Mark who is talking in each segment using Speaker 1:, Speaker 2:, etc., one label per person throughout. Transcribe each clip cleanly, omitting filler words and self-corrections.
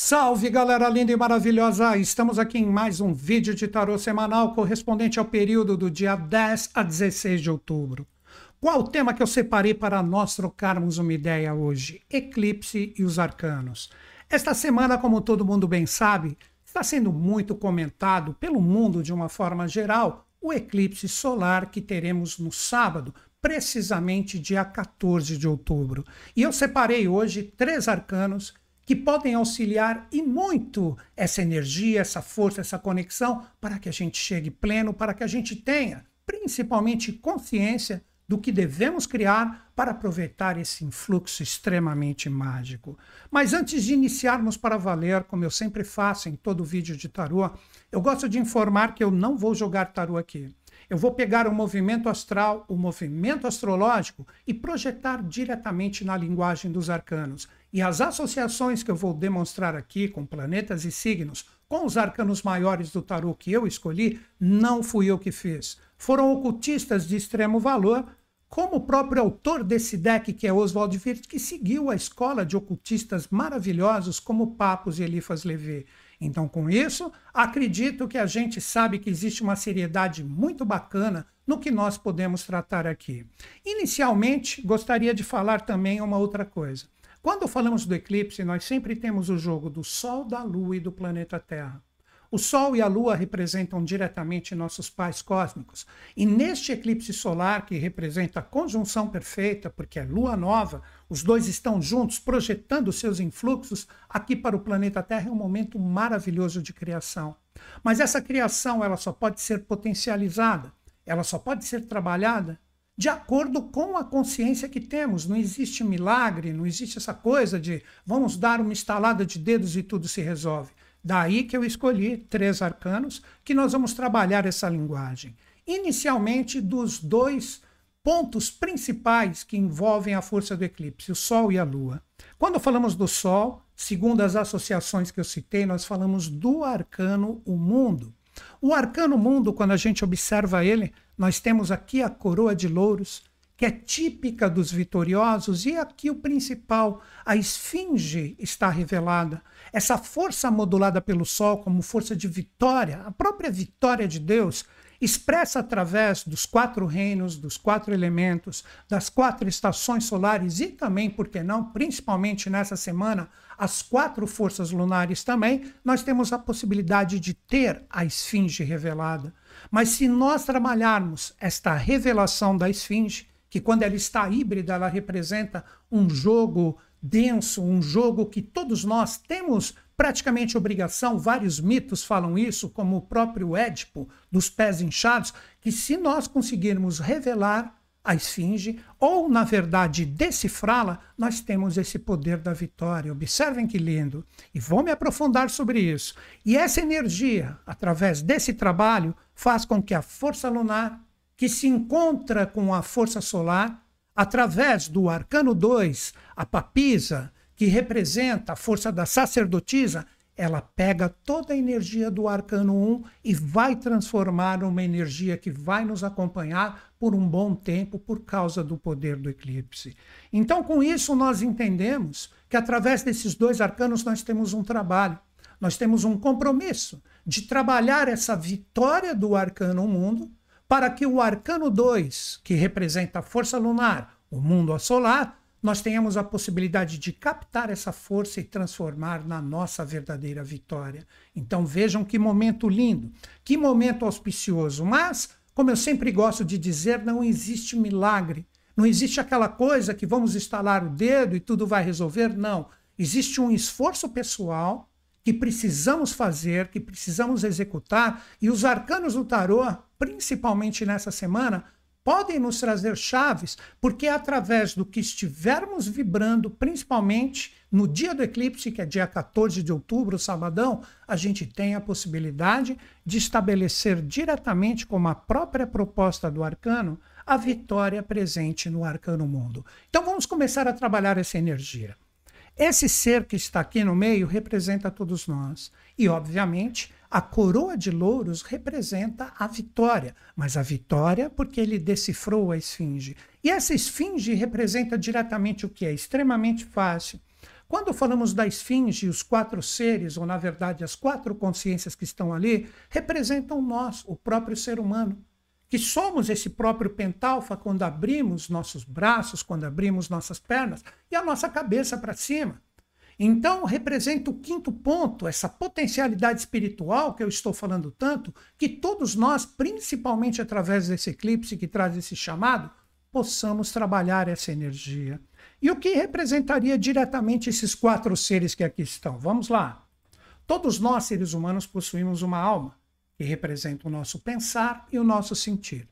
Speaker 1: Salve, galera linda e maravilhosa! Estamos aqui em mais um vídeo de tarô semanal correspondente ao período do dia 10 a 16 de outubro. Qual o tema que eu separei para nós trocarmos uma ideia hoje? Eclipse e os arcanos. Esta semana, como todo mundo bem sabe, está sendo muito comentado pelo mundo de uma forma geral o eclipse solar que teremos no sábado, precisamente dia 14 de outubro. E eu separei hoje 3 arcanos que podem auxiliar e muito essa energia, essa força, essa conexão, para que a gente chegue pleno, para que a gente tenha, principalmente, consciência do que devemos criar para aproveitar esse influxo extremamente mágico. Mas antes de iniciarmos para valer, como eu sempre faço em todo vídeo de tarô, eu gosto de informar que eu não vou jogar tarô aqui. Eu vou pegar o movimento astral, o movimento astrológico e projetar diretamente na linguagem dos arcanos. E as associações que eu vou demonstrar aqui com planetas e signos, com os arcanos maiores do tarô que eu escolhi, não fui eu que fiz. Foram ocultistas de extremo valor, como o próprio autor desse deck, que é Oswald Wirth, que seguiu a escola de ocultistas maravilhosos como Papus e Eliphas Levi. Então, com isso, acredito que a gente sabe que existe uma seriedade muito bacana no que nós podemos tratar aqui. Inicialmente, gostaria de falar também uma outra coisa. Quando falamos do eclipse, nós sempre temos o jogo do Sol, da Lua e do planeta Terra. O Sol e a Lua representam diretamente nossos pais cósmicos. E neste eclipse solar, que representa a conjunção perfeita, porque é Lua nova, os dois estão juntos, projetando seus influxos aqui para o planeta Terra, é um momento maravilhoso de criação. Mas essa criação ela só pode ser potencializada, ela só pode ser trabalhada de acordo com a consciência que temos. Não existe milagre, não existe essa coisa de vamos dar uma estalada de dedos e tudo se resolve. Daí que eu escolhi 3 arcanos que nós vamos trabalhar essa linguagem. Inicialmente, dos 2 pontos principais que envolvem a força do eclipse, o Sol e a Lua. Quando falamos do Sol, segundo as associações que eu citei, nós falamos do arcano o Mundo. O arcano Mundo, quando a gente observa ele, nós temos aqui a coroa de louros, que é típica dos vitoriosos, e aqui o principal, a esfinge está revelada. Essa força modulada pelo Sol como força de vitória, a própria vitória de Deus, expressa através dos 4 reinos, dos 4 elementos, das 4 estações solares e também, por que não, principalmente nessa semana, as 4 forças lunares também, nós temos a possibilidade de ter a esfinge revelada. Mas se nós trabalharmos esta revelação da esfinge, que quando ela está híbrida, ela representa um jogo denso, um jogo que todos nós temos praticamente obrigação, vários mitos falam isso, como o próprio Édipo, dos pés inchados, que se nós conseguirmos revelar a esfinge, ou na verdade decifrá-la, nós temos esse poder da vitória. Observem que lindo, e vou me aprofundar sobre isso. E essa energia, através desse trabalho, faz com que a força lunar, que se encontra com a força solar, através do arcano 2, a papisa, que representa a força da sacerdotisa, ela pega toda a energia do arcano 1 e vai transformar numa energia que vai nos acompanhar por um bom tempo por causa do poder do eclipse. Então, com isso, nós entendemos que através desses 2 arcanos nós temos um trabalho, nós temos um compromisso de trabalhar essa vitória do arcano mundo, para que o arcano 2, que representa a força lunar, o mundo solar, nós tenhamos a possibilidade de captar essa força e transformar na nossa verdadeira vitória. Então vejam que momento lindo, que momento auspicioso. Mas, como eu sempre gosto de dizer, não existe milagre. Não existe aquela coisa que vamos estalar o dedo e tudo vai resolver. Não. Existe um esforço pessoal que precisamos fazer, que precisamos executar, e os arcanos do tarô, principalmente nessa semana, podem nos trazer chaves, porque é através do que estivermos vibrando, principalmente no dia do eclipse, que é dia 14 de outubro, sabadão, a gente tem a possibilidade de estabelecer diretamente, como a própria proposta do arcano, a vitória presente no arcano mundo. Então vamos começar a trabalhar essa energia. Esse ser que está aqui no meio representa todos nós. E, obviamente, a coroa de louros representa a vitória. Mas a vitória porque ele decifrou a esfinge. E essa esfinge representa diretamente o que é extremamente fácil. Quando falamos da esfinge, os 4 seres, ou na verdade as 4 consciências que estão ali, representam nós, o próprio ser humano, que somos esse próprio pentalfa quando abrimos nossos braços, quando abrimos nossas pernas e a nossa cabeça para cima. Então, representa o 5º ponto, essa potencialidade espiritual que eu estou falando tanto, que todos nós, principalmente através desse eclipse que traz esse chamado, possamos trabalhar essa energia. E o que representaria diretamente esses 4 seres que aqui estão? Vamos lá. Todos nós, seres humanos, possuímos uma alma, que representa o nosso pensar e o nosso sentir.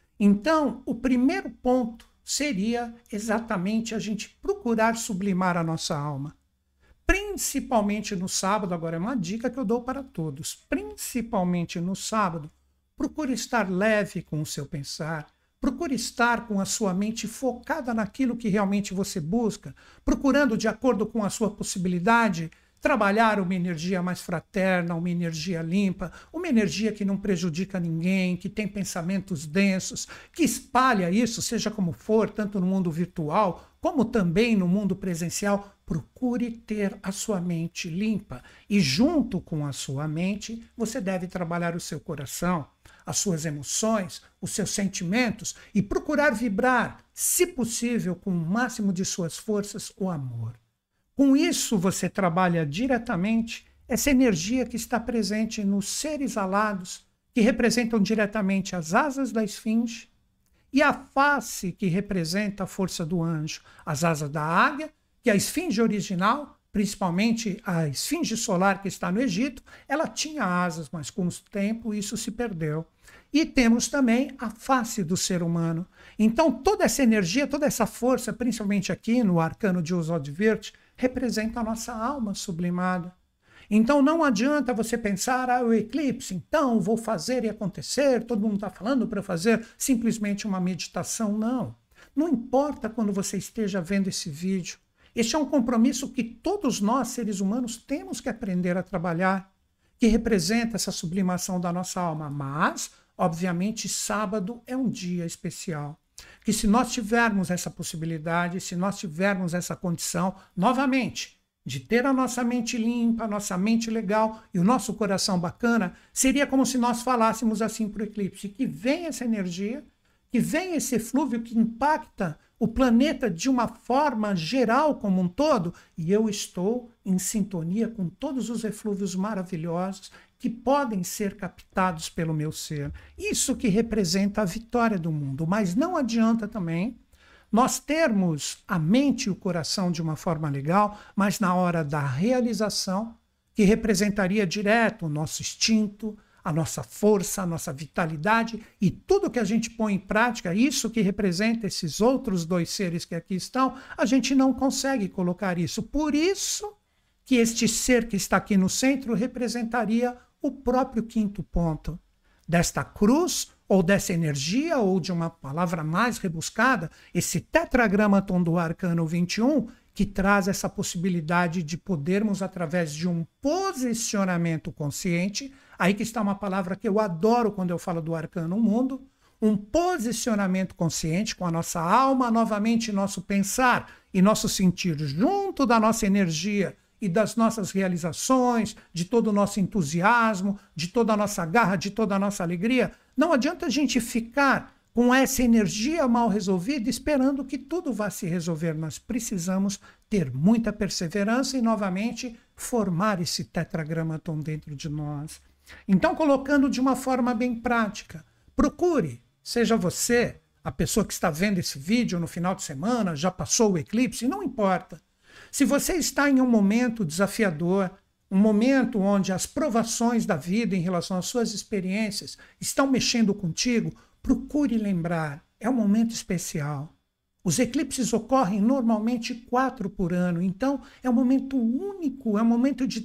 Speaker 1: Então, o primeiro ponto seria exatamente a gente procurar sublimar a nossa alma. Principalmente no sábado, agora é uma dica que eu dou para todos, principalmente no sábado, procure estar leve com o seu pensar, procure estar com a sua mente focada naquilo que realmente você busca, procurando, de acordo com a sua possibilidade, trabalhar uma energia mais fraterna, uma energia limpa, uma energia que não prejudica ninguém, que tem pensamentos densos, que espalha isso, seja como for, tanto no mundo virtual, como também no mundo presencial. Procure ter a sua mente limpa. E junto com a sua mente, você deve trabalhar o seu coração, as suas emoções, os seus sentimentos e procurar vibrar, se possível, com o máximo de suas forças, o amor. Com isso, você trabalha diretamente essa energia que está presente nos seres alados, que representam diretamente as asas da esfinge, e a face, que representa a força do anjo, as asas da águia, que a esfinge original, principalmente a esfinge solar que está no Egito, ela tinha asas, mas com o tempo isso se perdeu. E temos também a face do ser humano. Então toda essa energia, toda essa força, principalmente aqui no arcano de Oswald-Wirth, representa a nossa alma sublimada. Então não adianta você pensar, o eclipse, então vou fazer e acontecer, todo mundo está falando para fazer simplesmente uma meditação. Não. Não importa quando você esteja vendo esse vídeo. Este é um compromisso que todos nós, seres humanos, temos que aprender a trabalhar, que representa essa sublimação da nossa alma. Mas, obviamente, sábado é um dia especial. Que se nós tivermos essa possibilidade, se nós tivermos essa condição, novamente, de ter a nossa mente limpa, a nossa mente legal e o nosso coração bacana, seria como se nós falássemos assim para o eclipse, que vem essa energia, que vem esse eflúvio que impacta o planeta de uma forma geral como um todo, e eu estou em sintonia com todos os eflúvios maravilhosos que podem ser captados pelo meu ser. Isso que representa a vitória do mundo, mas não adianta também nós termos a mente e o coração de uma forma legal, mas na hora da realização, que representaria direto o nosso instinto, a nossa força, a nossa vitalidade e tudo que a gente põe em prática, isso que representa esses outros 2 seres que aqui estão, a gente não consegue colocar isso. Por isso que este ser que está aqui no centro representaria o próprio 5º ponto desta cruz, ou dessa energia, ou de uma palavra mais rebuscada, esse tetragramaton do arcano 21, que traz essa possibilidade de podermos, através de um posicionamento consciente, aí que está uma palavra que eu adoro quando eu falo do arcano mundo, um posicionamento consciente com a nossa alma, novamente nosso pensar e nosso sentir junto da nossa energia e das nossas realizações, de todo o nosso entusiasmo, de toda a nossa garra, de toda a nossa alegria. Não adianta a gente ficar com essa energia mal resolvida esperando que tudo vá se resolver. Nós precisamos ter muita perseverança e, novamente, formar esse tetragramaton dentro de nós. Então, colocando de uma forma bem prática, procure, seja você, a pessoa que está vendo esse vídeo no final de semana, já passou o eclipse, não importa. Se você está em um momento desafiador, um momento onde as provações da vida em relação às suas experiências estão mexendo contigo, procure lembrar, é um momento especial. Os eclipses ocorrem normalmente 4 por ano, então é um momento único, é um momento de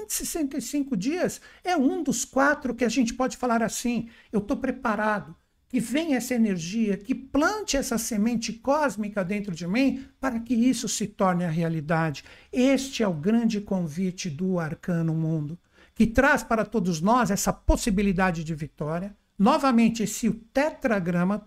Speaker 1: 365 dias, é um dos 4 que a gente pode falar assim, eu estou preparado, que venha essa energia, que plante essa semente cósmica dentro de mim para que isso se torne a realidade. Este é o grande convite do Arcano Mundo, que traz para todos nós essa possibilidade de vitória. Novamente, esse tetragramaton,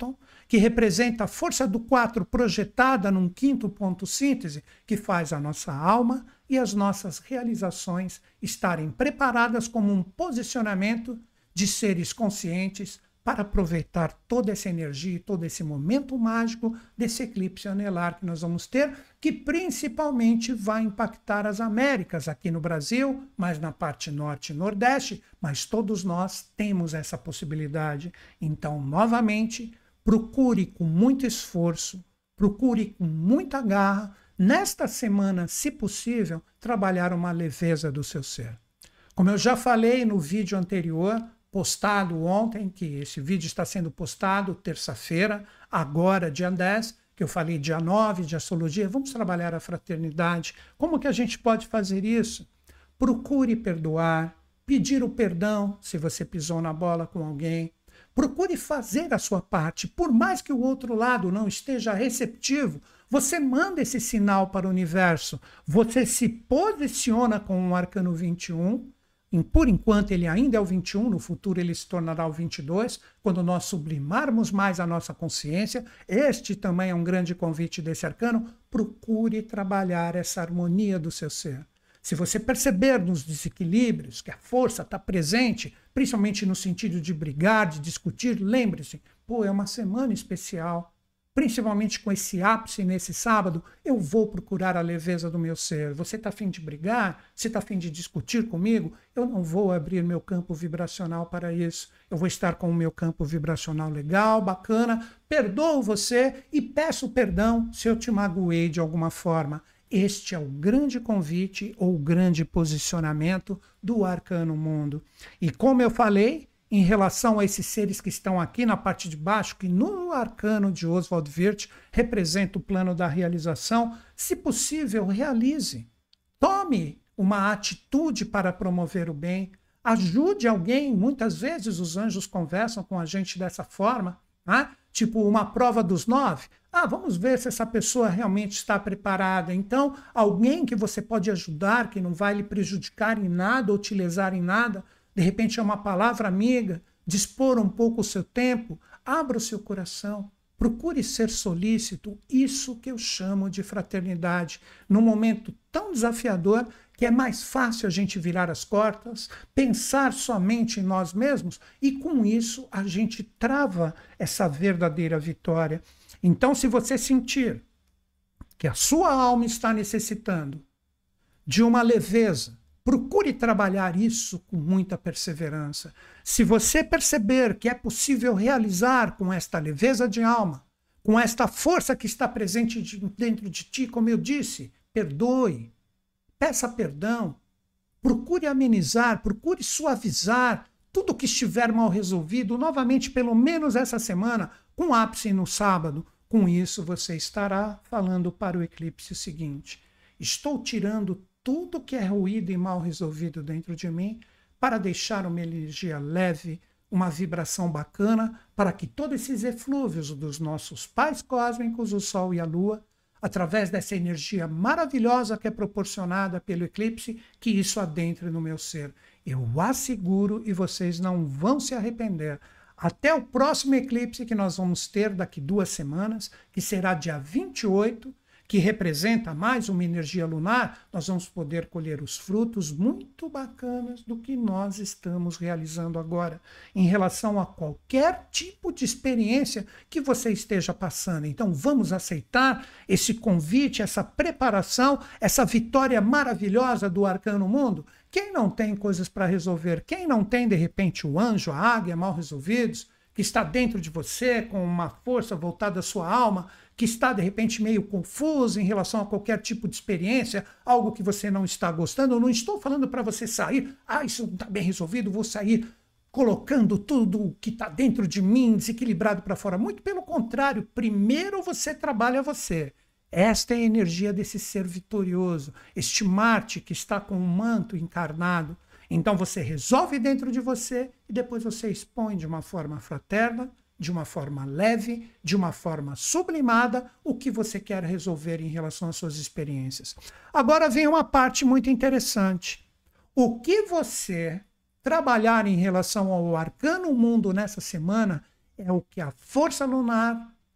Speaker 1: que representa a força do 4 projetada num quinto ponto síntese, que faz a nossa alma e as nossas realizações estarem preparadas como um posicionamento de seres conscientes para aproveitar toda essa energia e todo esse momento mágico desse eclipse anelar que nós vamos ter, que principalmente vai impactar as Américas, aqui no Brasil, mas na parte norte e nordeste, mas todos nós temos essa possibilidade. Então, novamente, procure com muito esforço, procure com muita garra, nesta semana, se possível, trabalhar uma leveza do seu ser. Como eu já falei no vídeo anterior, postado ontem, que esse vídeo está sendo postado terça-feira, agora dia 10, que eu falei dia 9 de astrologia, vamos trabalhar a fraternidade. Como que a gente pode fazer isso? Procure perdoar, pedir o perdão se você pisou na bola com alguém. Procure fazer a sua parte, por mais que o outro lado não esteja receptivo, você manda esse sinal para o universo, você se posiciona com o arcano 21, por enquanto ele ainda é o 21, no futuro ele se tornará o 22, quando nós sublimarmos mais a nossa consciência. Este também é um grande convite desse arcano. Procure trabalhar essa harmonia do seu ser. Se você perceber nos desequilíbrios que a força está presente, principalmente no sentido de brigar, de discutir, lembre-se, é uma semana especial. Principalmente com esse ápice nesse sábado, eu vou procurar a leveza do meu ser. Você está a fim de brigar? Você está a fim de discutir comigo? Eu não vou abrir meu campo vibracional para isso. Eu vou estar com o meu campo vibracional legal, bacana. Perdoo você e peço perdão se eu te magoei de alguma forma. Este é o grande convite ou o grande posicionamento do Arcano Mundo. E como eu falei, em relação a esses seres que estão aqui na parte de baixo, que no arcano de Oswald Wirth representa o plano da realização, se possível, realize. Tome uma atitude para promover o bem. Ajude alguém. Muitas vezes os anjos conversam com a gente dessa forma, né? Tipo uma prova dos 9. Vamos ver se essa pessoa realmente está preparada. Então, alguém que você pode ajudar, que não vai lhe prejudicar em nada ou te lesar em nada, de repente é uma palavra amiga, dispor um pouco o seu tempo, abra o seu coração, procure ser solícito, isso que eu chamo de fraternidade, num momento tão desafiador que é mais fácil a gente virar as costas, pensar somente em nós mesmos e com isso a gente trava essa verdadeira vitória. Então, se você sentir que a sua alma está necessitando de uma leveza, procure trabalhar isso com muita perseverança. Se você perceber que é possível realizar com esta leveza de alma, com esta força que está presente dentro de ti, como eu disse, perdoe, peça perdão, procure amenizar, procure suavizar tudo que estiver mal resolvido, novamente, pelo menos essa semana, com ápice no sábado. Com isso, você estará falando para o eclipse o seguinte: estou tirando tudo que é ruído e mal resolvido dentro de mim para deixar uma energia leve, uma vibração bacana, para que todos esses eflúvios dos nossos pais cósmicos, o Sol e a Lua, através dessa energia maravilhosa que é proporcionada pelo eclipse, que isso adentre no meu ser. Eu asseguro e vocês não vão se arrepender. Até o próximo eclipse que nós vamos ter daqui 2 semanas, que será dia 28, que representa mais uma energia lunar, nós vamos poder colher os frutos muito bacanas do que nós estamos realizando agora, em relação a qualquer tipo de experiência que você esteja passando. Então vamos aceitar esse convite, essa preparação, essa vitória maravilhosa do Arcano Mundo. Quem não tem coisas para resolver, quem não tem de repente o anjo, a águia mal resolvidos, que está dentro de você com uma força voltada à sua alma, que está de repente meio confuso em relação a qualquer tipo de experiência, algo que você não está gostando. Eu não estou falando para você sair, isso não está bem resolvido, vou sair colocando tudo que está dentro de mim desequilibrado para fora. Muito pelo contrário, primeiro você trabalha você. Esta é a energia desse ser vitorioso, este Marte que está com um manto encarnado. Então você resolve dentro de você e depois você expõe de uma forma fraterna, de uma forma leve, de uma forma sublimada, o que você quer resolver em relação às suas experiências. Agora vem uma parte muito interessante. O que você trabalhar em relação ao Arcano Mundo nessa semana é o que a força lunar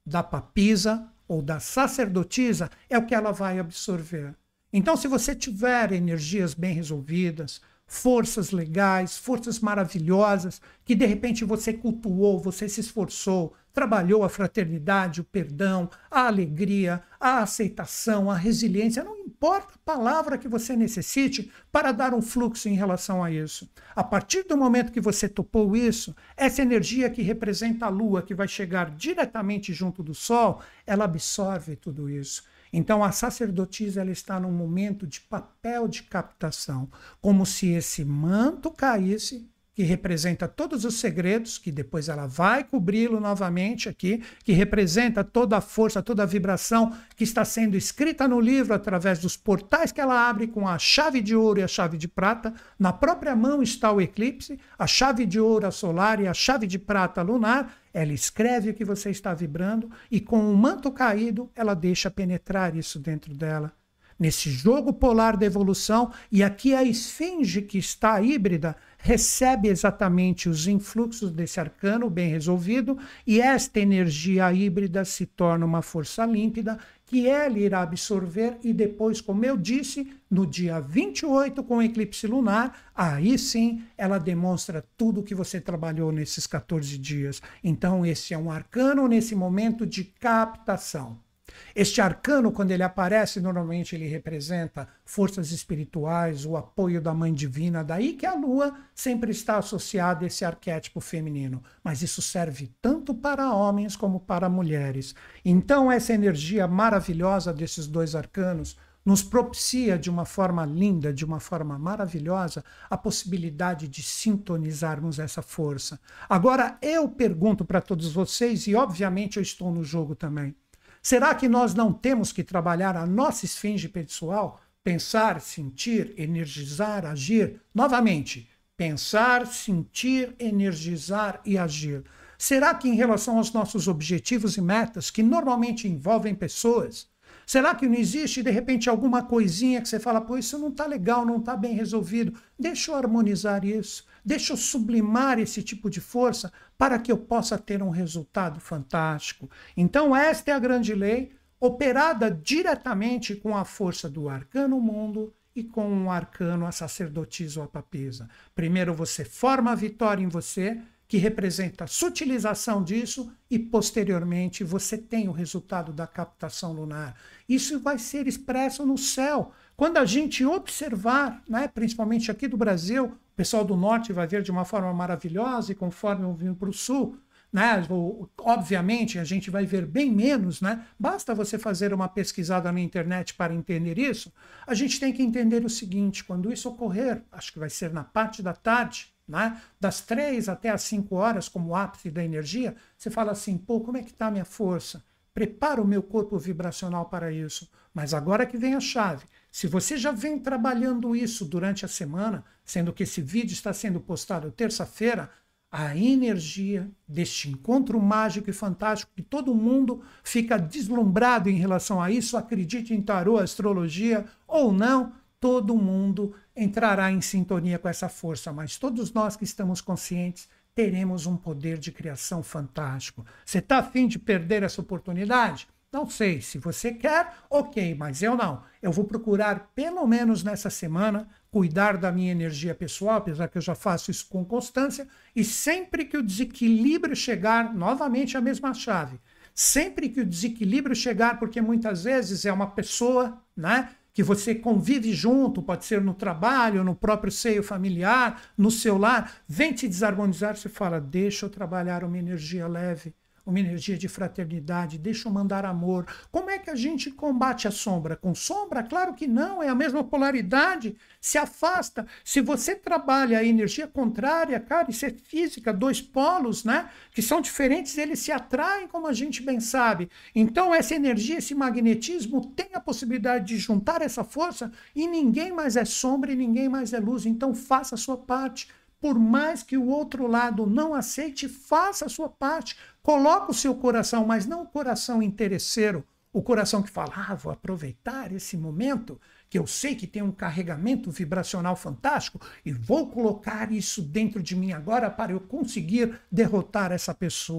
Speaker 1: da papisa ou da sacerdotisa é o que ela vai absorver. Então, se você tiver energias bem resolvidas, forças legais, forças maravilhosas, que de repente você cultuou, você se esforçou, trabalhou a fraternidade, o perdão, a alegria, a aceitação, a resiliência, não importa a palavra que você necessite para dar um fluxo em relação a isso. A partir do momento que você topou isso, essa energia que representa a Lua, que vai chegar diretamente junto do Sol, ela absorve tudo isso. Então a sacerdotisa ela está num momento de papel de captação, como se esse manto caísse, que representa todos os segredos, que depois ela vai cobri-lo novamente aqui, que representa toda a força, toda a vibração que está sendo escrita no livro através dos portais que ela abre com a chave de ouro e a chave de prata. Na própria mão está o eclipse, a chave de ouro a solar e a chave de prata lunar. Ela escreve o que você está vibrando e com o manto caído ela deixa penetrar isso dentro dela. Nesse jogo polar da evolução, e aqui a esfinge que está híbrida recebe exatamente os influxos desse arcano bem resolvido, e esta energia híbrida se torna uma força límpida que ela irá absorver e depois, como eu disse, no dia 28 com o eclipse lunar, aí sim ela demonstra tudo que você trabalhou nesses 14 dias. Então esse é um arcano nesse momento de captação. Este arcano, quando ele aparece, normalmente ele representa forças espirituais, o apoio da Mãe Divina, daí que a Lua sempre está associada a esse arquétipo feminino. Mas isso serve tanto para homens como para mulheres. Então essa energia maravilhosa desses dois arcanos nos propicia de uma forma linda, de uma forma maravilhosa, a possibilidade de sintonizarmos essa força. Agora eu pergunto para todos vocês, e obviamente eu estou no jogo também, será que nós não temos que trabalhar a nossa esfinge pessoal? Pensar, sentir, energizar, agir? Novamente, pensar, sentir, energizar e agir. Será que em relação aos nossos objetivos e metas, que normalmente envolvem pessoas, será que não existe, de repente, alguma coisinha que você fala, pô, isso não está legal, não está bem resolvido. Deixa eu harmonizar isso, deixa eu sublimar esse tipo de força para que eu possa ter um resultado fantástico. Então esta é a grande lei, operada diretamente com a força do arcano mundo e com o arcano a sacerdotisa ou a papisa. Primeiro você forma a vitória em você, que representa a sutilização disso, e posteriormente você tem o resultado da captação lunar. Isso vai ser expresso no céu. Quando a gente observar, né, principalmente aqui do Brasil, o pessoal do norte vai ver de uma forma maravilhosa, e conforme eu vim para o sul, né, obviamente a gente vai ver bem menos, né? Basta você fazer uma pesquisada na internet para entender isso. A gente tem que entender o seguinte, quando isso ocorrer, acho que vai ser na parte da tarde, né? Das 3 até as 5 horas, como ápice da energia, você fala assim, pô, como é que está a minha força? Prepara o meu corpo vibracional para isso. Mas agora que vem a chave. Se você já vem trabalhando isso durante a semana, sendo que esse vídeo está sendo postado terça-feira, a energia deste encontro mágico e fantástico, que todo mundo fica deslumbrado em relação a isso, acredite em tarô, astrologia ou não, todo mundo entrará em sintonia com essa força, mas todos nós que estamos conscientes teremos um poder de criação fantástico. Você está a fim de perder essa oportunidade? Não sei, se você quer, ok, mas eu não. Eu vou procurar, pelo menos nessa semana, cuidar da minha energia pessoal, apesar que eu já faço isso com constância, e sempre que o desequilíbrio chegar, novamente a mesma chave, sempre que o desequilíbrio chegar, porque muitas vezes é uma pessoa, né, que você convive junto, pode ser no trabalho, no próprio seio familiar, no seu lar, vem te desarmonizar, você fala, deixa eu trabalhar uma energia leve, uma energia de fraternidade, deixa eu mandar amor. Como é que a gente combate a sombra? Com sombra? Claro que não, é a mesma polaridade, se afasta. Se você trabalha a energia contrária, cara, isso é física, dois polos, né, que são diferentes, eles se atraem, como a gente bem sabe. Então essa energia, esse magnetismo tem a possibilidade de juntar essa força e ninguém mais é sombra e ninguém mais é luz. Então faça a sua parte. Por mais que o outro lado não aceite, faça a sua parte. Coloque o seu coração, mas não o coração interesseiro, o coração que fala, vou aproveitar esse momento, que eu sei que tem um carregamento vibracional fantástico, e vou colocar isso dentro de mim agora para eu conseguir derrotar essa pessoa.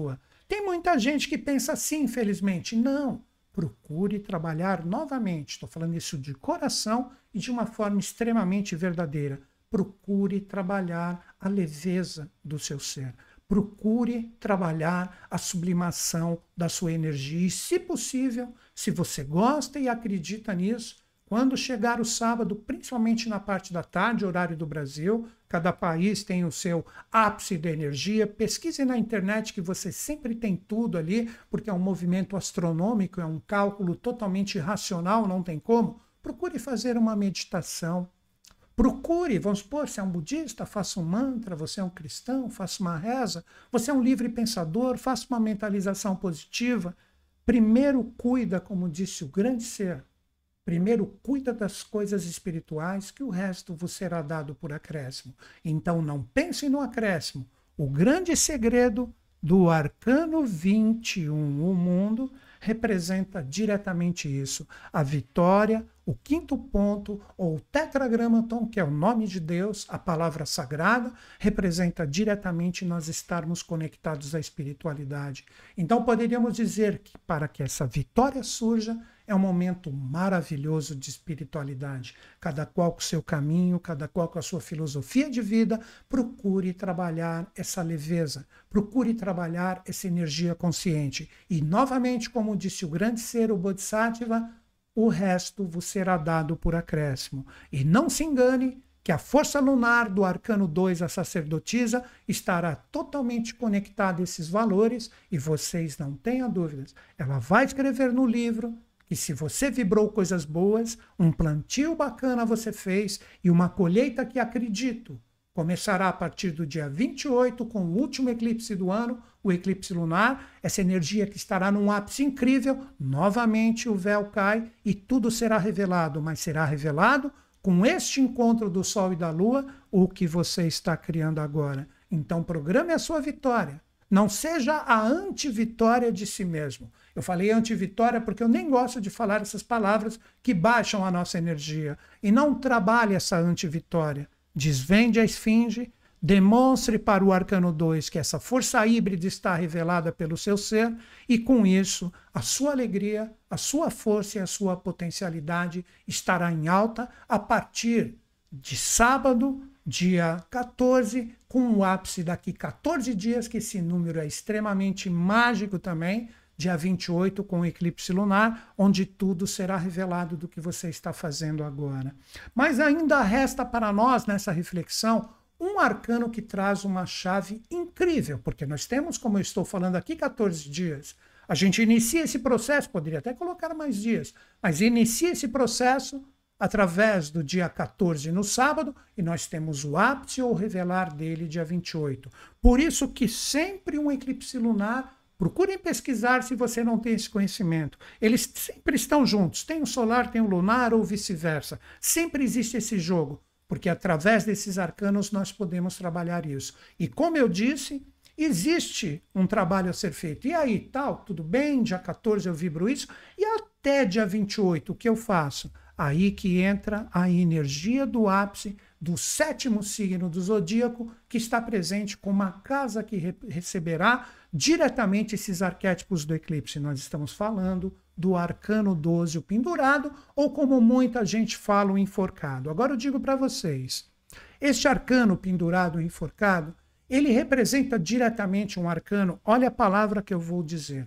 Speaker 1: Tem muita gente que pensa assim, infelizmente. Não. Procure trabalhar novamente. Estou falando isso de coração e de uma forma extremamente verdadeira. Procure trabalhar a leveza do seu ser. Procure trabalhar a sublimação da sua energia. E, se possível, se você gosta e acredita nisso, quando chegar o sábado, principalmente na parte da tarde, horário do Brasil, cada país tem o seu ápice da energia. Pesquise na internet que você sempre tem tudo ali, porque é um movimento astronômico, é um cálculo totalmente racional, não tem como. Procure fazer uma meditação. Procure, vamos supor, você é um budista, faça um mantra, você é um cristão, faça uma reza, você é um livre pensador, faça uma mentalização positiva. Primeiro cuida, como disse o grande ser, primeiro cuida das coisas espirituais, que o resto vos será dado por acréscimo. Então não pense no acréscimo. O grande segredo do arcano 21, o mundo, representa diretamente isso. A vitória, o quinto ponto, ou o tetragramaton, que é o nome de Deus, a palavra sagrada, representa diretamente nós estarmos conectados à espiritualidade. Então poderíamos dizer que para que essa vitória surja, é um momento maravilhoso de espiritualidade. Cada qual com o seu caminho, cada qual com a sua filosofia de vida, procure trabalhar essa leveza, procure trabalhar essa energia consciente. E, novamente, como disse o grande ser, o Bodhisattva, o resto vos será dado por acréscimo. E não se engane que a força lunar do arcano 2, a sacerdotisa, estará totalmente conectada a esses valores, e vocês não tenham dúvidas. Ela vai escrever no livro, e se você vibrou coisas boas, um plantio bacana você fez e uma colheita que, acredito, começará a partir do dia 28, com o último eclipse do ano, o eclipse lunar, essa energia que estará num ápice incrível, novamente o véu cai e tudo será revelado, mas será revelado com este encontro do Sol e da Lua, o que você está criando agora. Então programe a sua vitória. Não seja a anti-vitória de si mesmo. Eu falei anti-vitória porque eu nem gosto de falar essas palavras que baixam a nossa energia. E não trabalhe essa anti-vitória. Desvende a esfinge, demonstre para o arcano 2 que essa força híbrida está revelada pelo seu ser, e com isso a sua alegria, a sua força e a sua potencialidade estará em alta a partir de sábado, dia 14, com o ápice daqui 14 dias, que esse número é extremamente mágico também, dia 28, com o eclipse lunar, onde tudo será revelado do que você está fazendo agora. Mas ainda resta para nós, nessa reflexão, um arcano que traz uma chave incrível, porque nós temos, como eu estou falando aqui, 14 dias. A gente inicia esse processo, poderia até colocar mais dias, mas inicia esse processo através do dia 14 no sábado, e nós temos o ápice ou revelar dele dia 28. Por isso que sempre um eclipse lunar, procurem pesquisar se você não tem esse conhecimento. Eles sempre estão juntos, tem o solar, tem o lunar ou vice-versa. Sempre existe esse jogo, porque através desses arcanos nós podemos trabalhar isso. E como eu disse, existe um trabalho a ser feito. E aí, tal, tudo bem, dia 14 eu vibro isso, e até dia 28, o que eu faço? Aí que entra a energia do ápice do 7º signo do zodíaco, que está presente com uma casa que receberá diretamente esses arquétipos do eclipse. Nós estamos falando do arcano 12, o pendurado, ou como muita gente fala, o enforcado. Agora eu digo para vocês, este arcano pendurado, enforcado, ele representa diretamente um arcano, olha a palavra que eu vou dizer,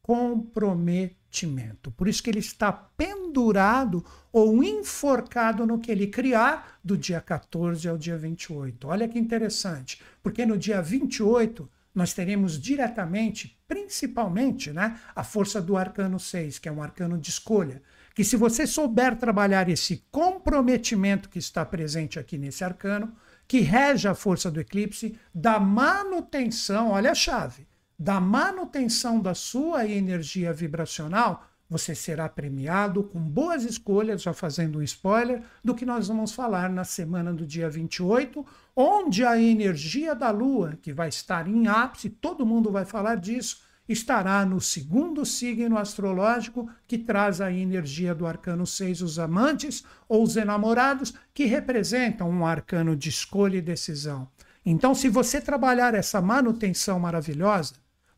Speaker 1: comprometimento. Por isso que ele está pendurado ou enforcado no que ele criar do dia 14 ao dia 28. Olha que interessante, porque no dia 28 nós teremos diretamente, principalmente, né, a força do arcano 6, que é um arcano de escolha, que se você souber trabalhar esse comprometimento que está presente aqui nesse arcano, que rege a força do eclipse, da manutenção, olha a chave, da manutenção da sua energia vibracional, você será premiado com boas escolhas, já fazendo um spoiler, do que nós vamos falar na semana do dia 28, onde a energia da Lua, que vai estar em ápice, todo mundo vai falar disso, estará no 2º signo astrológico, que traz a energia do arcano 6, os amantes ou os enamorados, que representam um arcano de escolha e decisão. Então, se você trabalhar essa manutenção maravilhosa,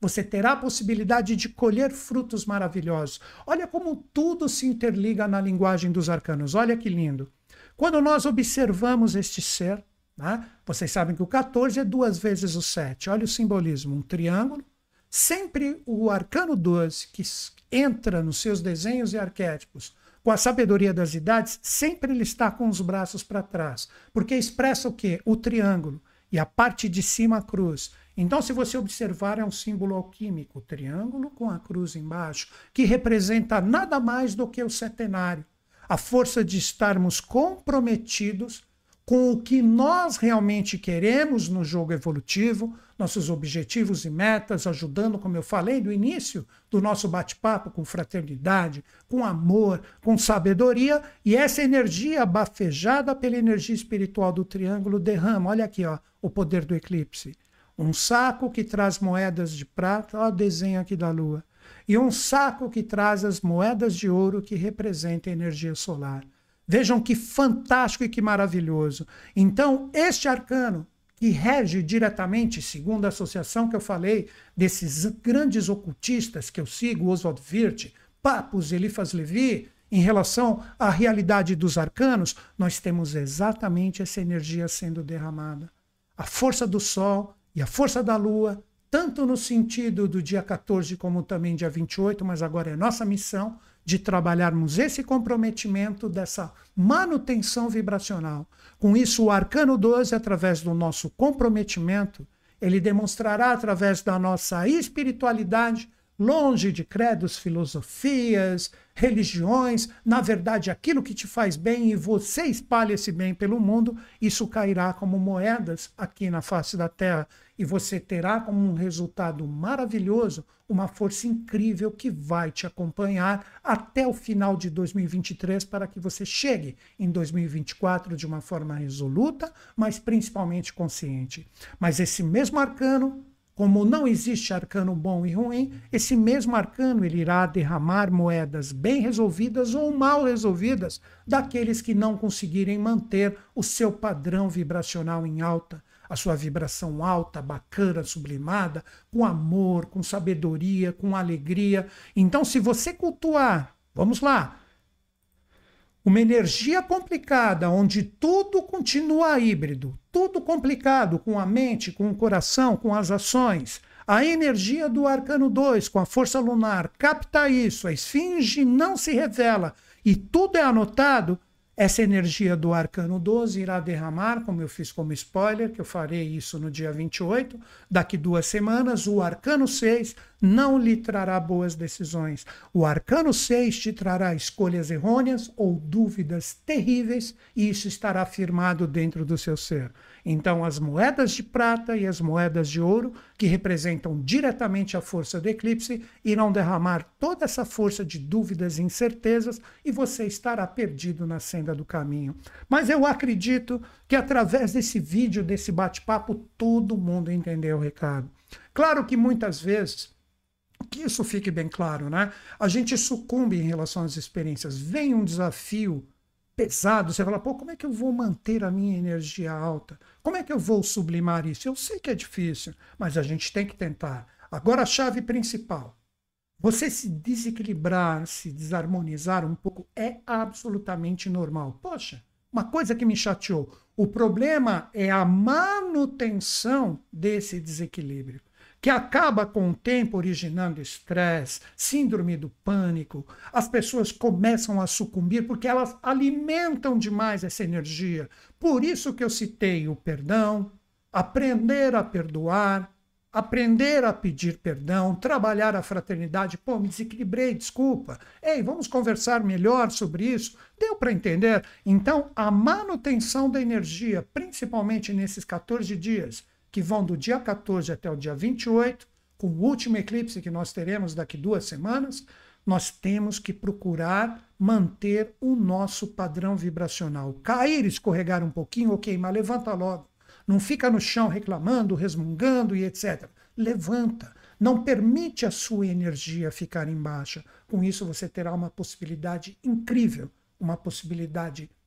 Speaker 1: você terá a possibilidade de colher frutos maravilhosos. Olha como tudo se interliga na linguagem dos arcanos. Olha que lindo. Quando nós observamos este ser, né, vocês sabem que o 14 é 2 vezes o 7. Olha o simbolismo, um triângulo. Sempre o arcano 12, que entra nos seus desenhos e arquétipos, com a sabedoria das idades, sempre ele está com os braços para trás. Porque expressa o quê? O triângulo. E a parte de cima a cruz. Então, se você observar, é um símbolo alquímico, o triângulo com a cruz embaixo, que representa nada mais do que o centenário. A força de estarmos comprometidos com o que nós realmente queremos no jogo evolutivo, nossos objetivos e metas, ajudando, como eu falei no início do nosso bate-papo, com fraternidade, com amor, com sabedoria, e essa energia bafejada pela energia espiritual do triângulo derrama, olha aqui, ó, o poder do eclipse. Um saco que traz moedas de prata, olha o desenho aqui da lua, e um saco que traz as moedas de ouro que representam a energia solar. Vejam que fantástico e que maravilhoso. Então, este arcano, que rege diretamente, segundo a associação que eu falei, desses grandes ocultistas que eu sigo, Oswald Wirth, Papus, Eliphas Levi, em relação à realidade dos arcanos, nós temos exatamente essa energia sendo derramada. A força do Sol e a força da Lua, tanto no sentido do dia 14 como também dia 28, mas agora é nossa missão de trabalharmos esse comprometimento dessa manutenção vibracional. Com isso, o arcano 12, através do nosso comprometimento, ele demonstrará através da nossa espiritualidade, longe de credos, filosofias, religiões, na verdade, aquilo que te faz bem e você espalha esse bem pelo mundo, isso cairá como moedas aqui na face da Terra e você terá como um resultado maravilhoso uma força incrível que vai te acompanhar até o final de 2023 para que você chegue em 2024 de uma forma resoluta, mas principalmente consciente. Mas esse mesmo arcano, como não existe arcano bom e ruim, esse mesmo arcano ele irá derramar moedas bem resolvidas ou mal resolvidas daqueles que não conseguirem manter o seu padrão vibracional em alta, a sua vibração alta, bacana, sublimada, com amor, com sabedoria, com alegria. Então, se você cultuar, vamos lá, uma energia complicada, onde tudo continua híbrido, tudo complicado com a mente, com o coração, com as ações. A energia do arcano 2, com a força lunar, capta isso, a esfinge não se revela e tudo é anotado. Essa energia do arcano 12 irá derramar, como eu fiz como spoiler, que eu farei isso no dia 28, daqui 2 semanas, o arcano 6 não lhe trará boas decisões. O arcano 6 te trará escolhas errôneas ou dúvidas terríveis, e isso estará firmado dentro do seu ser. Então, as moedas de prata e as moedas de ouro, que representam diretamente a força do eclipse, irão derramar toda essa força de dúvidas e incertezas e você estará perdido na senda do caminho. Mas eu acredito que através desse vídeo, desse bate-papo, todo mundo entendeu o recado. Claro que muitas vezes, que isso fique bem claro, né? A gente sucumbe em relação às experiências. Vem um desafio pesado, você fala, pô, como é que eu vou manter a minha energia alta? Como é que eu vou sublimar isso? Eu sei que é difícil, mas a gente tem que tentar. Agora a chave principal. Você se desequilibrar, se desarmonizar um pouco é absolutamente normal. Poxa, uma coisa que me chateou. O problema é a manutenção desse desequilíbrio, que acaba com o tempo originando estresse, síndrome do pânico. As pessoas começam a sucumbir porque elas alimentam demais essa energia. Por isso que eu citei o perdão, aprender a perdoar, aprender a pedir perdão, trabalhar a fraternidade. Pô, me desequilibrei, desculpa. Ei, vamos conversar melhor sobre isso? Deu para entender? Então, a manutenção da energia, principalmente nesses 14 dias, que vão do dia 14 até o dia 28, com o último eclipse que nós teremos daqui 2 semanas, nós temos que procurar manter o nosso padrão vibracional. Cair, escorregar um pouquinho, ok, mas levanta logo. Não fica no chão reclamando, resmungando e etc. Levanta. Não permite a sua energia ficar em baixa. Com isso você terá uma possibilidade incrível, uma possibilidade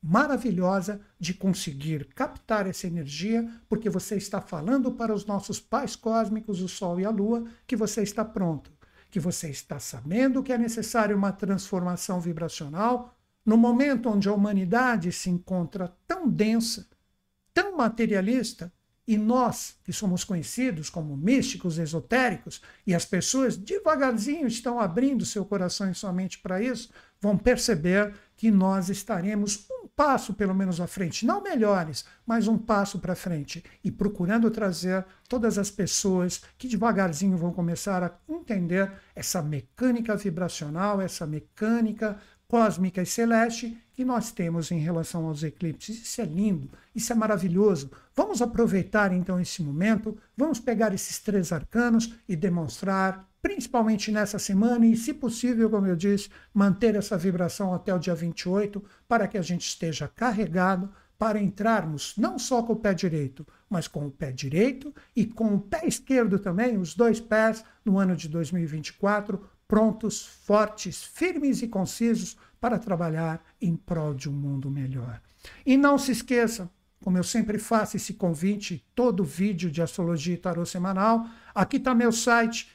Speaker 1: maravilhosa de conseguir captar essa energia, porque você está falando para os nossos pais cósmicos, o Sol e a Lua, que você está pronto, que você está sabendo que é necessário uma transformação vibracional no momento onde a humanidade se encontra tão densa, tão materialista, e nós, que somos conhecidos como místicos esotéricos, e as pessoas devagarzinho estão abrindo seu coração e sua mente para isso, vão perceber que nós estaremos um passo pelo menos à frente, não melhores, mas um passo para frente, e procurando trazer todas as pessoas que devagarzinho vão começar a entender essa mecânica vibracional, essa mecânica cósmica e celeste que nós temos em relação aos eclipses. Isso é lindo, isso é maravilhoso. Vamos aproveitar então esse momento, vamos pegar esses 3 arcanos e demonstrar, principalmente nessa semana, e se possível, como eu disse, manter essa vibração até o dia 28, para que a gente esteja carregado para entrarmos não só com o pé direito, mas com o pé direito e com o pé esquerdo também, os 2 pés, no ano de 2024, prontos, fortes, firmes e concisos para trabalhar em prol de um mundo melhor. E não se esqueça, como eu sempre faço esse convite, todo vídeo de astrologia e tarô semanal, aqui está meu site,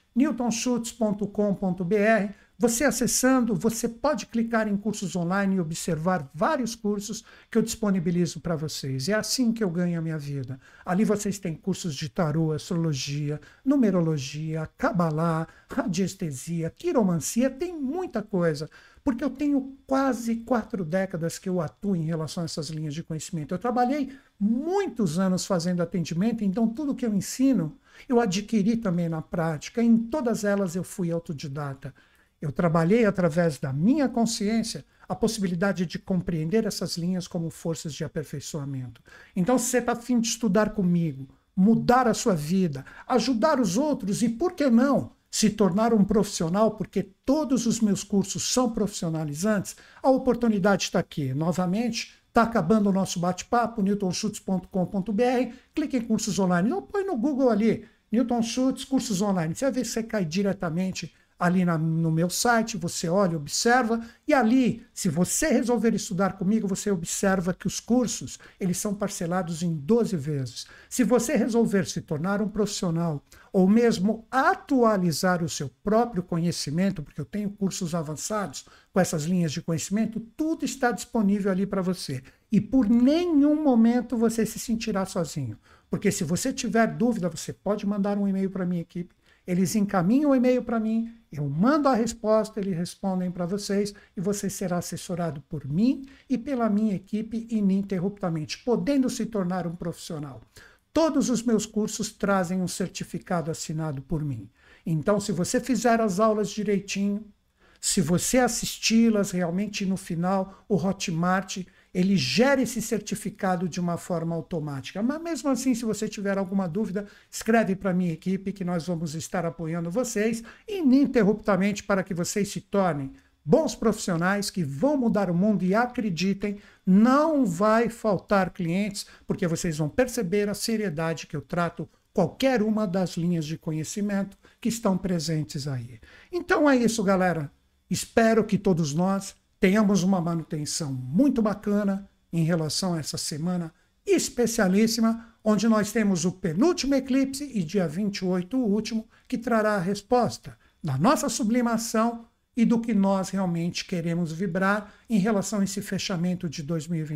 Speaker 1: newtonschutz.com.br. Você acessando, você pode clicar em cursos online e observar vários cursos que eu disponibilizo para vocês. É assim que eu ganho a minha vida. Ali vocês têm cursos de tarô, astrologia, numerologia, cabalá, radiestesia, quiromancia, tem muita coisa. Porque eu tenho quase 4 décadas que eu atuo em relação a essas linhas de conhecimento. Eu trabalhei muitos anos fazendo atendimento, então tudo que eu ensino, eu adquiri também na prática. Em todas elas eu fui autodidata. Eu trabalhei através da minha consciência a possibilidade de compreender essas linhas como forças de aperfeiçoamento. Então, se você está a fim de estudar comigo, mudar a sua vida, ajudar os outros e, por que não, se tornar um profissional, porque todos os meus cursos são profissionalizantes, a oportunidade está aqui. Novamente, está acabando o nosso bate-papo, newtonschutz.com.br, clique em cursos online, ou põe no Google ali, Newton Schutz, cursos online, você vai ver se você cai diretamente ali no meu site, você olha, observa, e ali, se você resolver estudar comigo, você observa que os cursos, eles são parcelados em 12 vezes. Se você resolver se tornar um profissional, ou mesmo atualizar o seu próprio conhecimento, porque eu tenho cursos avançados com essas linhas de conhecimento, tudo está disponível ali para você. E por nenhum momento você se sentirá sozinho. Porque se você tiver dúvida, você pode mandar um e-mail para a minha equipe, eles encaminham o e-mail para mim, eu mando a resposta, eles respondem para vocês e você será assessorado por mim e pela minha equipe ininterruptamente, podendo se tornar um profissional. Todos os meus cursos trazem um certificado assinado por mim. Então, se você fizer as aulas direitinho, se você assisti-las realmente no final, o Hotmart, ele gera esse certificado de uma forma automática. Mas mesmo assim, se você tiver alguma dúvida, escreve para a minha equipe que nós vamos estar apoiando vocês ininterruptamente para que vocês se tornem bons profissionais que vão mudar o mundo e acreditem, não vai faltar clientes, porque vocês vão perceber a seriedade que eu trato qualquer uma das linhas de conhecimento que estão presentes aí. Então é isso, galera. Espero que todos nós tenhamos uma manutenção muito bacana em relação a essa semana especialíssima, onde nós temos o penúltimo eclipse e dia 28 o último, que trará a resposta da nossa sublimação e do que nós realmente queremos vibrar em relação a esse fechamento de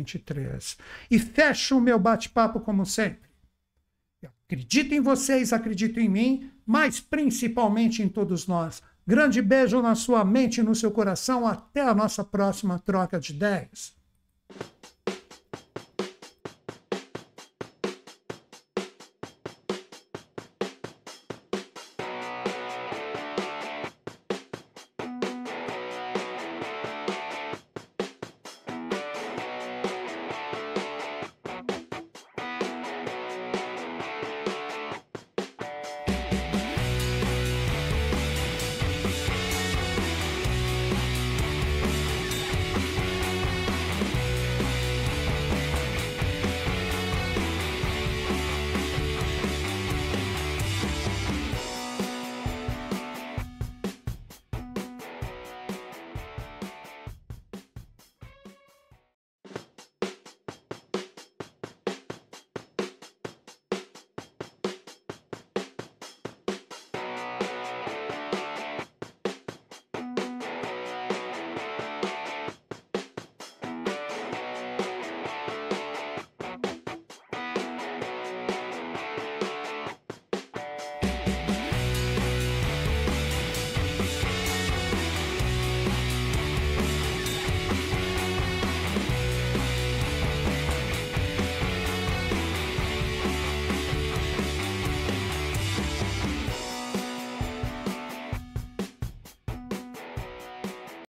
Speaker 1: 2023. E fecho o meu bate-papo como sempre. Eu acredito em vocês, acredito em mim, mas principalmente em todos nós. Grande beijo na sua mente e no seu coração. Até a nossa próxima troca de ideias.